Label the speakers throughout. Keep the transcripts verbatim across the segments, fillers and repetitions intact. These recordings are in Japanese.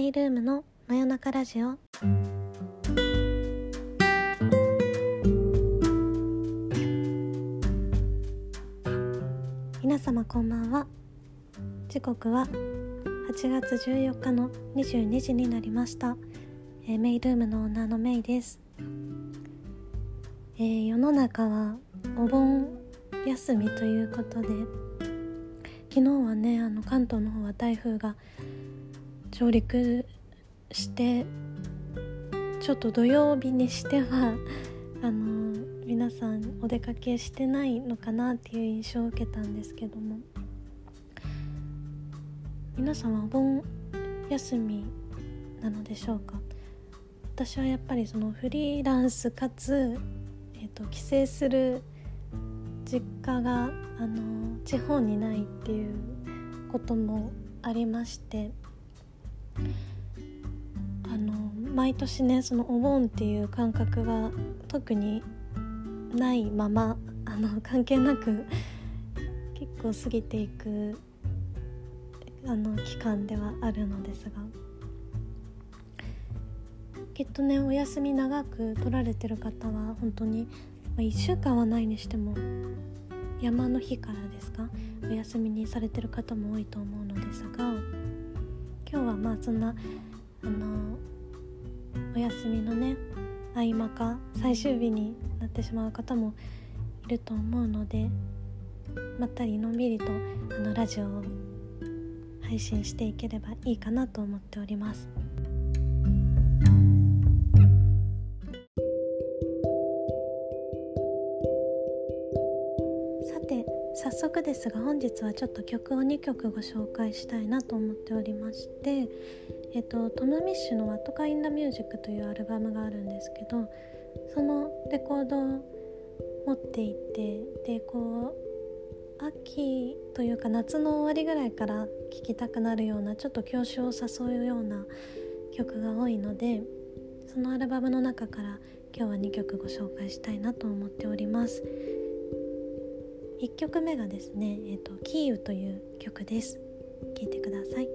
Speaker 1: メイルームの真夜中ラジオ。皆様こんばんは。時刻ははちがつじゅうよっかのにじゅうにじになりました。えー、メイルームのオーナーのメイです。えー、世の中はお盆休みということで、昨日はねあの関東の方は台風が上陸してちょっと土曜日にしてはあの皆さんお出かけしてないのかなっていう印象を受けたんですけども、皆さんはお盆休みなのでしょうか。私はやっぱりそのフリーランスかつ、えーと、帰省する実家があの地方にないっていうこともありまして、あの毎年ねそのお盆っていう感覚が特にないままあの関係なく結構過ぎていくあの期間ではあるのですが、きっとねお休み長く取られてる方は本当に、まあ、いっしゅうかんはないにしても山の日からですかお休みにされてる方も多いと思うのですが、今日はまあそんなあのお休みのね合間か最終日になってしまう方もいると思うので、まったりのんびりとあのラジオを配信していければいいかなと思っております。さて早速ですが、本日はちょっと曲をにきょくご紹介したいなと思っておりまして、えっと、トム・ミッシュの What Kind of Music というアルバムがあるんですけど、そのレコードを持っていて、でこう秋というか夏の終わりぐらいから聴きたくなるようなちょっと郷愁を誘うような曲が多いので、そのアルバムの中から今日はにきょくご紹介したいなと思っております。いっきょくめがですね、えっと、キーウという曲です。聴いてください。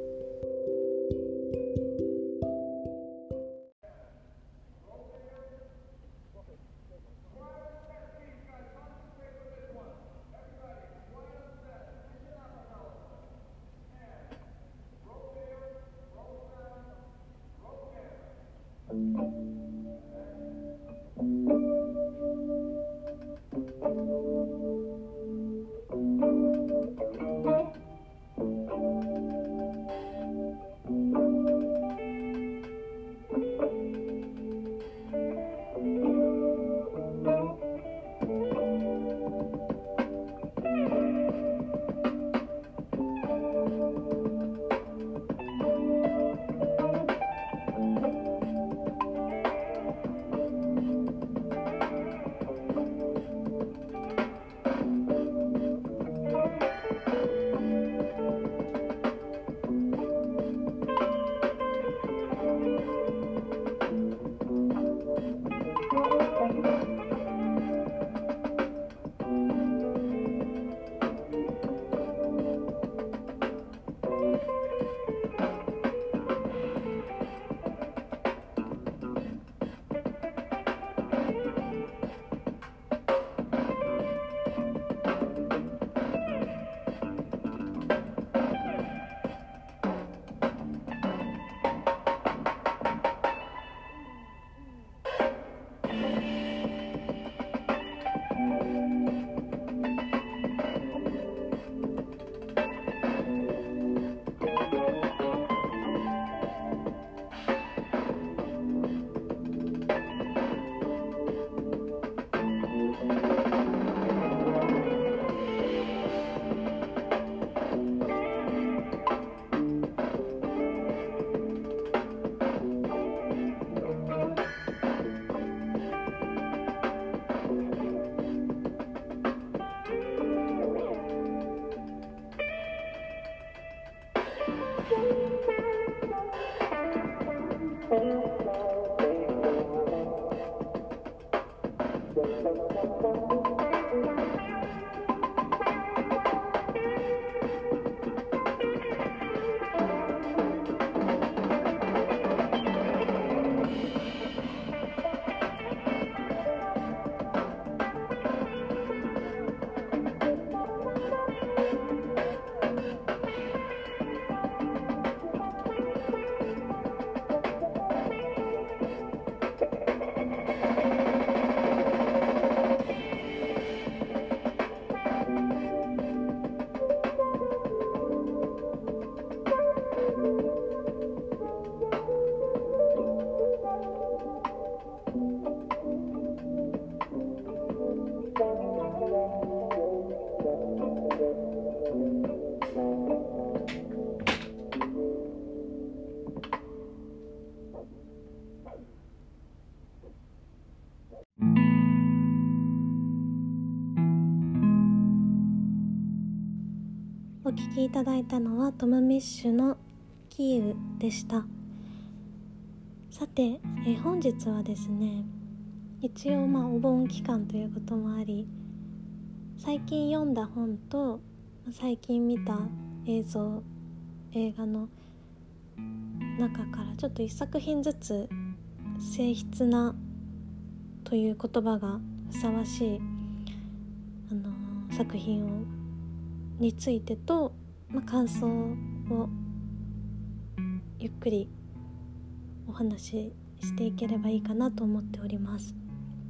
Speaker 1: お聴きいただいたのはトム・ミッシュのキーウでした。さて、え本日はですね、一応まあお盆期間ということもあり、最近読んだ本と最近見た映像映画の中からちょっと一作品ずつ静筆なという言葉がふさわしい、あのー、作品をについてと、まあ、感想をゆっくりお話ししていければいいかなと思っております。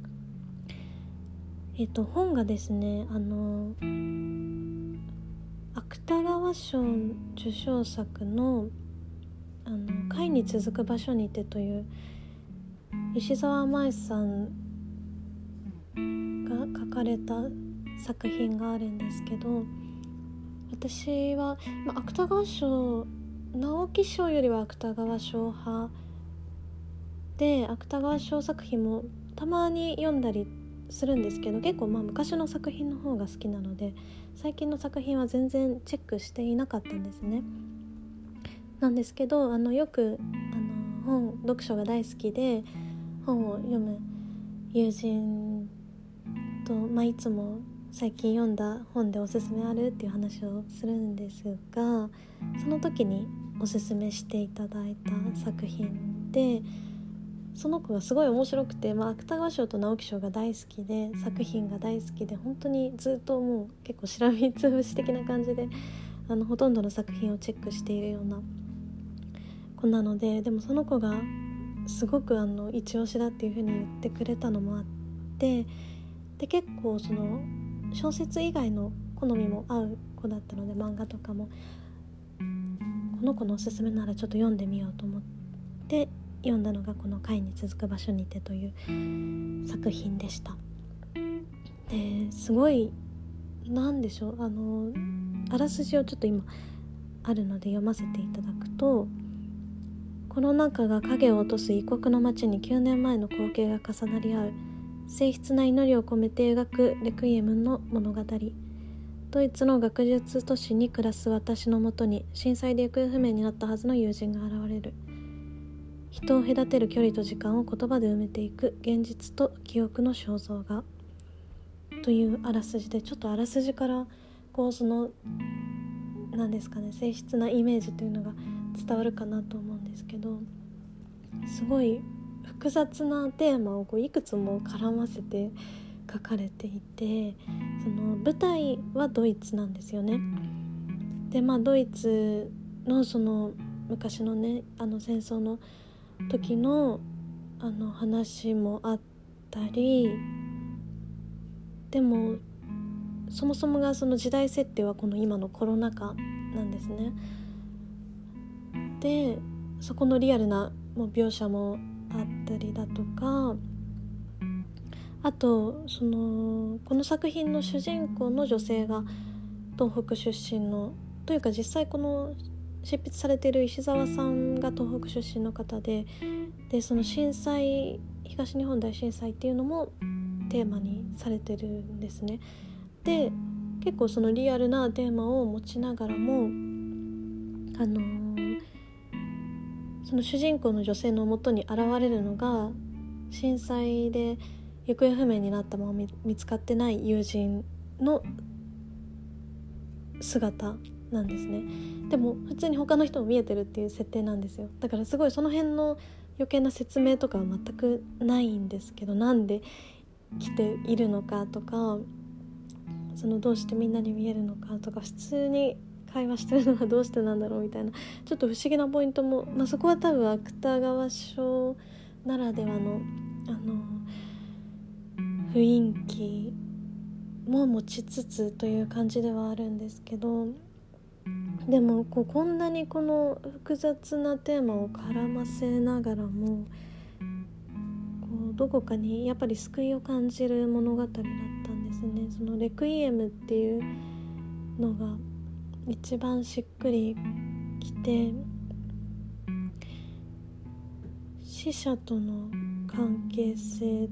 Speaker 1: えっと本がですね、あのー、芥川賞受賞作のあの貝に続く場所にてという石沢舞さんが書かれた作品があるんですけど、私は、まあ、芥川賞直木賞よりは芥川賞派で、芥川賞作品もたまに読んだりするんですけど、結構まあ昔の作品の方が好きなので最近の作品は全然チェックしていなかったんですね。なんですけど、あのよくあの本読書が大好きで本を読む友人と、まあ、いつも最近読んだ本でおすすめあるっていう話をするんですが、その時におすすめしていただいた作品で、その子がすごい面白くて、まあ、芥川賞と直木賞が大好きで作品が大好きで、本当にずっともう結構しらみつぶし的な感じであのほとんどの作品をチェックしているような子なので、でもその子がすごくあの一押しだっていう風に言ってくれたのもあって、で結構その小説以外の好みも合う子だったので、漫画とかもこの子のおすすめならちょっと読んでみようと思って読んだのがこの貝に続く場所にてという作品でした。ですごいなんでしょう、あのあらすじをちょっと今あるので読ませていただくと、コロナ禍が影を落とす異国の街にきゅうねんまえの光景が重なり合う、静筆な祈りを込めて描くレクイエムの物語。ドイツの学術都市に暮らす私のもとに震災で行方不明になったはずの友人が現れる。人を隔てる距離と時間を言葉で埋めていく現実と記憶の肖像画というあらすじで、ちょっとあらすじからこうその何ですかね、静筆なイメージというのが伝わるかなと思うんですけど、すごい複雑なテーマをこういくつも絡ませて書かれていて、その舞台はドイツなんですよね。でまあドイツのその昔のね、あの戦争の時のあの話もあったり、でもそもそもがその時代設定はこの今のコロナ禍なんですね。でそこのリアルなもう描写もあったりだとか、あとそのこの作品の主人公の女性が東北出身のというか、実際この執筆されている石澤さんが東北出身の方で、でその震災、東日本大震災っていうのもテーマにされてるんですね。で結構そのリアルなテーマを持ちながらも、あのー、その主人公の女性のもとに現れるのが震災で行方不明になったまま 見, 見つかってない友人の姿なんですね。でも普通に他の人も見えてるっていう設定なんですよ。だからすごいその辺の余計な説明とかは全くないんですけど、なんで来ているのかとか、そのどうしてみんなに見えるのかとか、普通に会話してるのはどうしてなんだろうみたいな、ちょっと不思議なポイントも、まあ、そこは多分芥川賞ならではのあの雰囲気も持ちつつという感じではあるんですけど、でもこうこんなにこの複雑なテーマを絡ませながらも、こうどこかにやっぱり救いを感じる物語だったんですね。そのレクイエムっていうのが一番しっくりきて、死者との関係性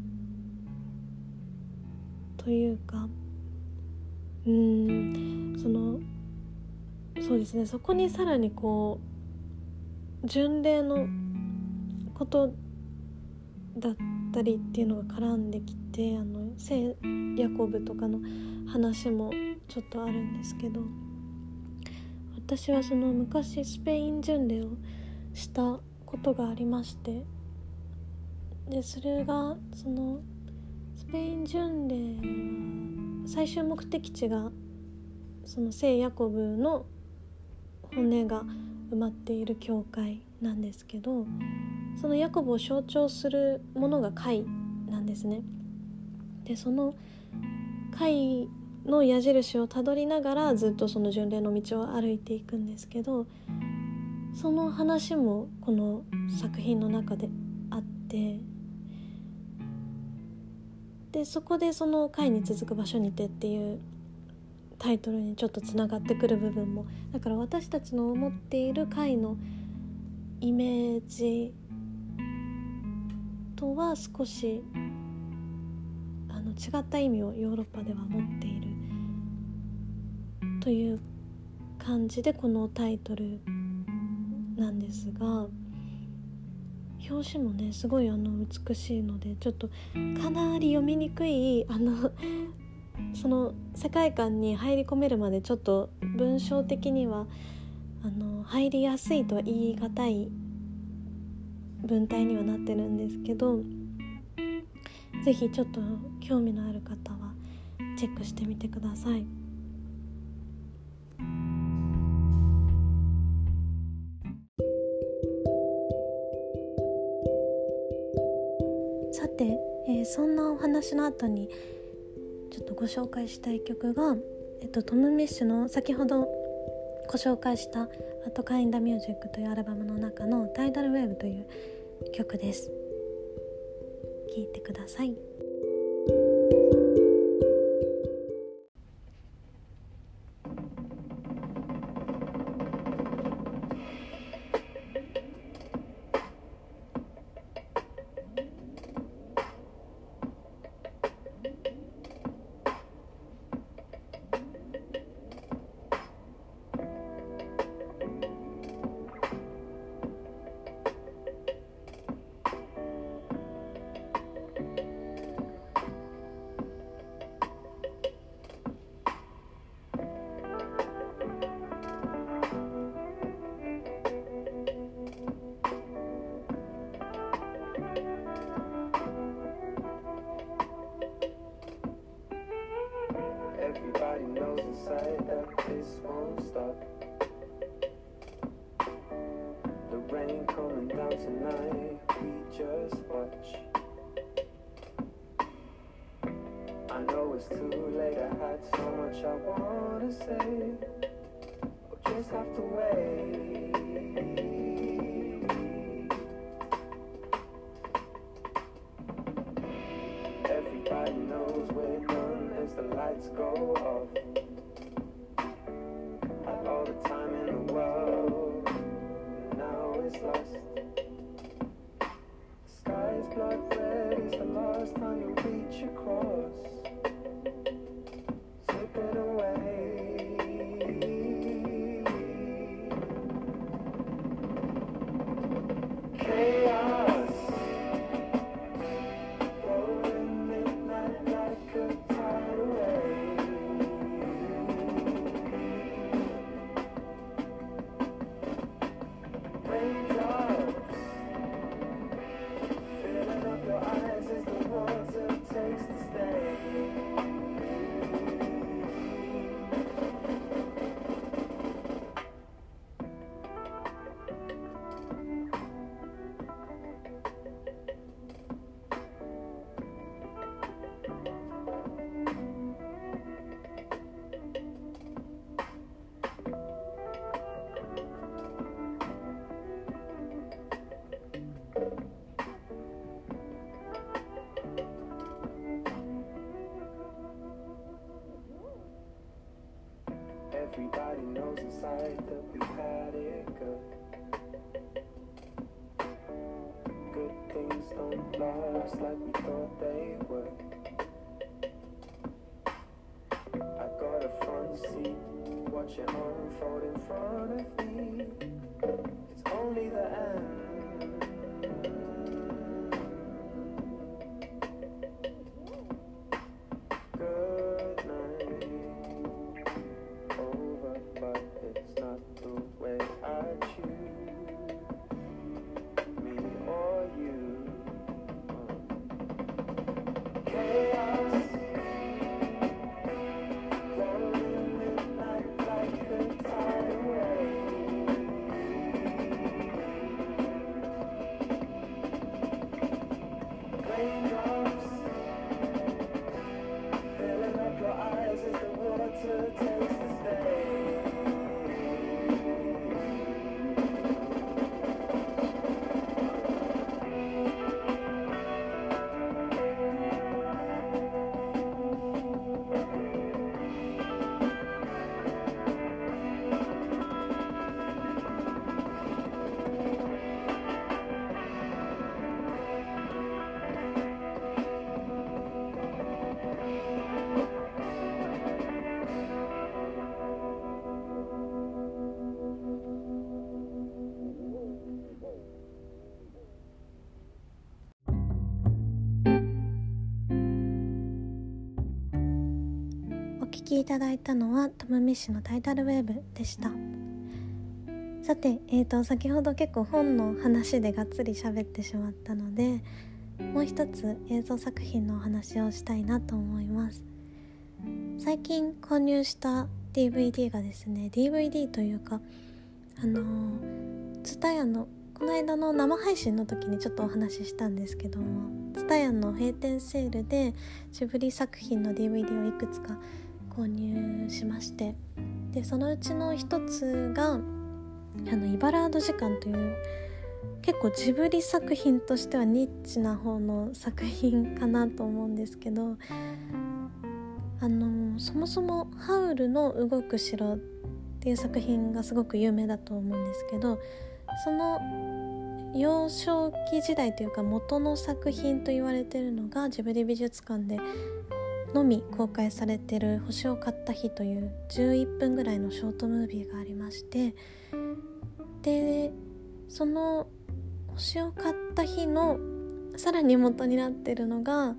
Speaker 1: というか、うーんそのそうですね、そこにさらにこう巡礼のことだったりっていうのが絡んできて、あの聖ヤコブとかの話もちょっとあるんですけど、私はその昔スペイン巡礼をしたことがありまして、でそれがそのスペイン巡礼は最終目的地がその聖ヤコブの骨が埋まっている教会なんですけど、そのヤコブを象徴するものが貝なんですね。でその貝の矢印をたどりながらずっとその巡礼の道を歩いていくんですけど、その話もこの作品の中であって、でそこでその貝に続く場所にてっていうタイトルにちょっとつながってくる部分も、だから私たちの思っている貝のイメージとは少しあの違った意味をヨーロッパでは持っているという感じでこのタイトルなんですが、表紙もねすごいあの美しいので、ちょっとかなり読みにくいあのその世界観に入り込めるまでちょっと文章的にはあの入りやすいとは言い難い文体にはなってるんですけど、ぜひちょっと興味のある方はチェックしてみてください。さて、えー、そんなお話の後にちょっとご紹介したい曲が、えっと、トム・ミッシュの先ほどご紹介した「What Kind of Music」というアルバムの中の「タイダルウェーブ」という曲です。聴いてください。
Speaker 2: Everybody knows inside that this won't stop. The rain coming down tonight, we just watch. I know it's too late, I had so much I wanna say. I'll just have to wait. Everybody knows we're done as the lights go off. Had all the time in the world, now it's lost. The sky's blood red, it's the last time you reach across. Slip it away. Chaos, rolling midnight like a tidal wave. Raindrops filling up your eyes as the water takes the stage. Everybody knows inside that we had it good. Good things don't last like we thought they would. I got a front seat watch it unfold in front of me. It's only the end. Good night. Over, but it's not the way I choose. Me or you. Chaos. Rolling midnight like a tidal wave. Raindrops filling up your eyes as the water takes the stage.
Speaker 1: お聴きいただいたのはトム・ミッシュのタイトルウェーブでした。さて、えーと、先ほど結構本の話でがっつり喋ってしまったので、もう一つ映像作品のお話をしたいなと思います。最近購入した ディーブイディー がですね、 ディーブイディー というかあのー、TSUTAYA のこの間の生配信の時にちょっとお話ししたんですけども、TSUTAYA の閉店セールでジブリ作品の ディーブイディー をいくつか購入しまして、でそのうちの一つがあのイバラード時間という結構ジブリ作品としてはニッチな方の作品かなと思うんですけど、あのそもそもハウルの動く城っていう作品がすごく有名だと思うんですけど、その幼少期時代というか元の作品と言われているのがジブリ美術館でのみ公開されている星を買った日というじゅういっぷんぐらいのショートムービーがありまして、でその星を買った日のさらに元になっているのが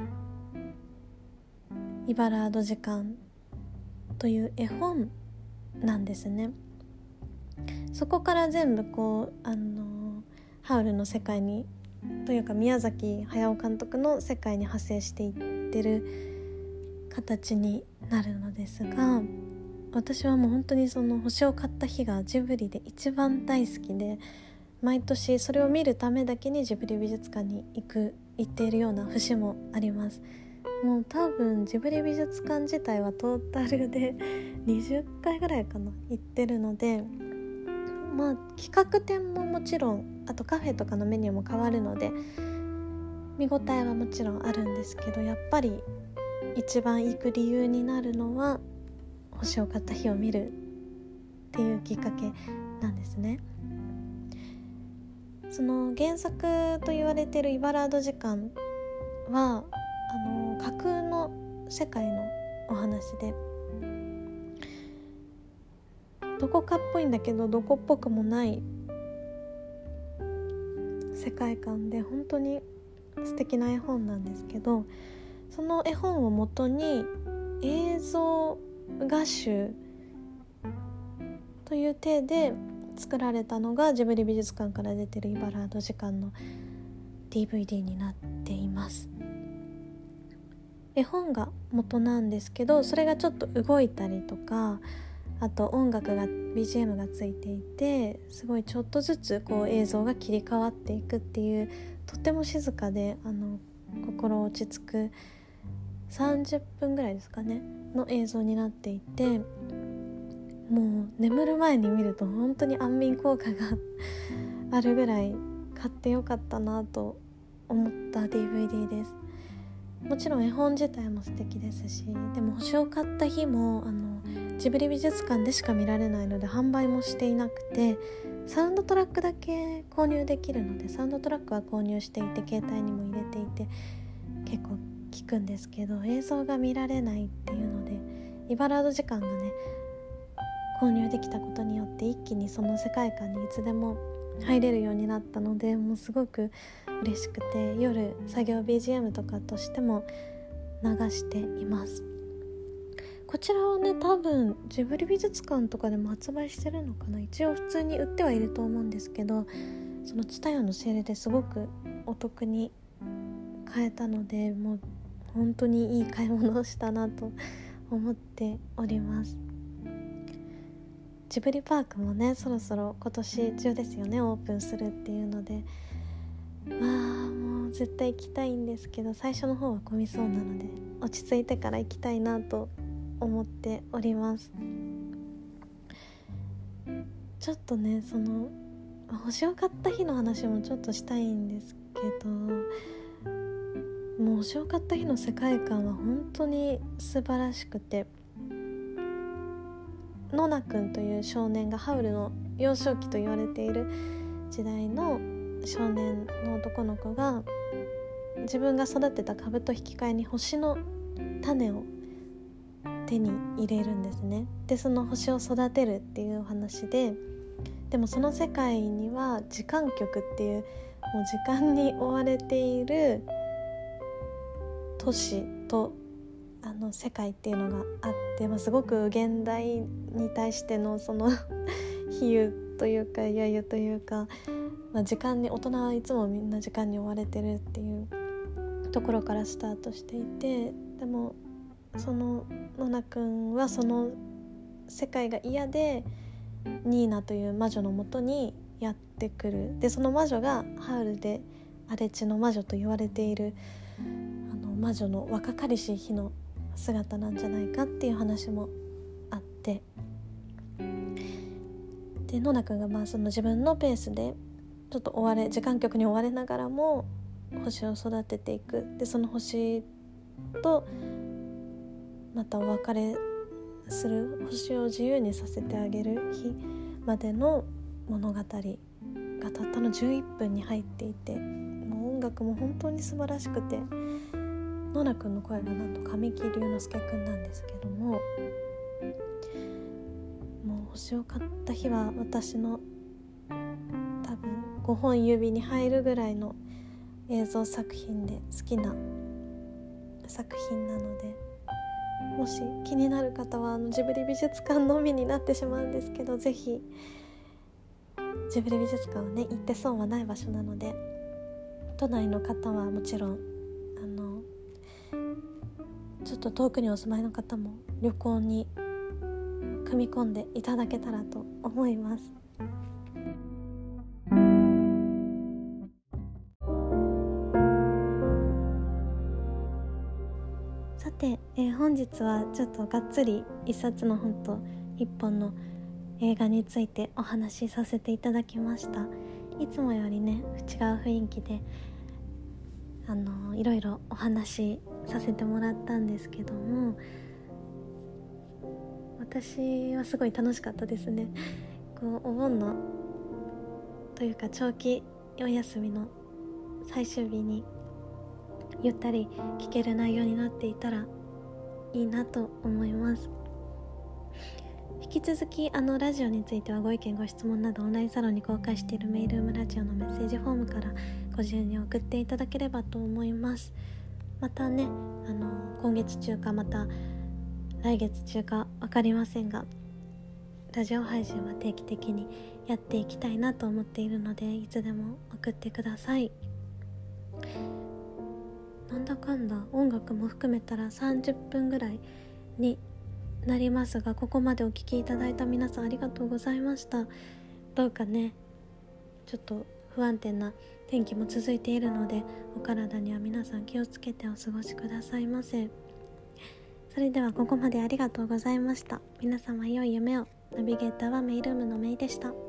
Speaker 1: イバラード時間という絵本なんですね。そこから全部こうあのハウルの世界にというか宮崎駿監督の世界に派生していってる形になるのですが、私はもう本当にその星を買った日がジブリで一番大好きで、毎年それを見るためだけにジブリ美術館に行く行っているような節もあります。もう多分ジブリ美術館自体はトータルでにじゅっかいぐらいかな行ってるので、まあ企画展ももちろん、あとカフェとかのメニューも変わるので見応えはもちろんあるんですけど、やっぱり一番行く理由になるのは星を買った日を見るっていうきっかけなんですね。その原作と言われているイバラード時間はあの架空の世界のお話で、どこかっぽいんだけどどこっぽくもない世界観で本当に素敵な絵本なんですけど、その絵本をもとに映像画集という体で作られたのがジブリ美術館から出てるイバラード時間の ディーブイディー になっています。絵本が元なんですけど、それがちょっと動いたりとか、あと音楽が ビージーエム がついていて、すごいちょっとずつこう映像が切り替わっていくっていう、とても静かであの心落ち着くさんじゅっぷんぐらいですかねの映像になっていて、もう眠る前に見ると本当に安眠効果があるぐらい買ってよかったなと思った ディーブイディー です。もちろん絵本自体も素敵ですし、でも星を買った日もあのジブリ美術館でしか見られないので販売もしていなくて、サウンドトラックだけ購入できるので、サウンドトラックは購入していて携帯にも入れていて結構聞くんですけど、映像が見られないっていうのでイバラード時間がね購入できたことによって一気にその世界観にいつでも入れるようになったので、もうすごく嬉しくて、夜作業 ビージーエム とかとしても流しています。こちらはね、多分ジブリ美術館とかでも発売してるのかな。一応普通に売ってはいると思うんですけど、そのTSUTAYAのセールですごくお得に買えたので、もう本当にいい買い物をしたなと思っております。ジブリパークもね、そろそろ今年中ですよね、オープンするっていうので、まあもう絶対行きたいんですけど、最初の方は混みそうなので落ち着いてから行きたいなと思っております。ちょっとね、その星を買った日の話もちょっとしたいんですけど、もう星を買った日の世界観は本当に素晴らしくて、ノナ君という少年がハウルの幼少期と言われている時代の少年の男の子が、自分が育てた株と引き換えに星の種を手に入れるんですね。でその星を育てるっていうお話で、でもその世界には時間局っていう、もう時間に追われている都市とあの世界っていうのがあって、まあ、すごく現代に対してのその比喩というか揶揄というか、まあ、時間に、大人はいつもみんな時間に追われてるっていうところからスタートしていて、でもそのノナ君はその世界が嫌でニーナという魔女のもとにやってくる。でその魔女がハウルで荒れ地の魔女と言われているあの魔女の若かりし日の姿なんじゃないかっていう話もあって、でノナ君がまあその自分のペースでちょっと追われ時間局に追われながらも星を育てていく。でその星とまたお別れする、星を自由にさせてあげる日までの物語がたったのじゅういっぷんに入っていて、もう音楽も本当に素晴らしくて、ノナ君の声がなんと神木隆之介くんなんですけども、もう星を買った日は私の多分ごほん指に入るぐらいの映像作品で好きな作品なので、もし気になる方はあのジブリ美術館のみになってしまうんですけど、ぜひジブリ美術館はね行って損はない場所なので、都内の方はもちろん、あのちょっと遠くにお住まいの方も旅行に組み込んでいただけたらと思います。さて、えー、本日はちょっとがっつり一冊の本と一本の映画についてお話しさせていただきました。いつもよりね違う雰囲気であのいろいろお話しさせてもらったんですけども、私はすごい楽しかったですね。こうお盆のというか長期お休みの最終日にゆったり聞ける内容になっていたらいいなと思います。引き続きあのラジオについてはご意見ご質問などオンラインサロンに公開しているメイルームラジオのメッセージフォームからご自由に送っていただければと思います。またね、あの今月中かまた来月中か分かりませんが、ラジオ配信は定期的にやっていきたいなと思っているので、いつでも送ってください。なんだかんだ音楽も含めたらさんじゅっぷんぐらいになりますが、ここまでお聞きいただいた皆さんありがとうございました。どうかね、ちょっと不安定な天気も続いているので、お体には皆さん気をつけてお過ごしくださいませ。それではここまでありがとうございました。皆様良い夢を。ナビゲーターはメイルームのメイでした。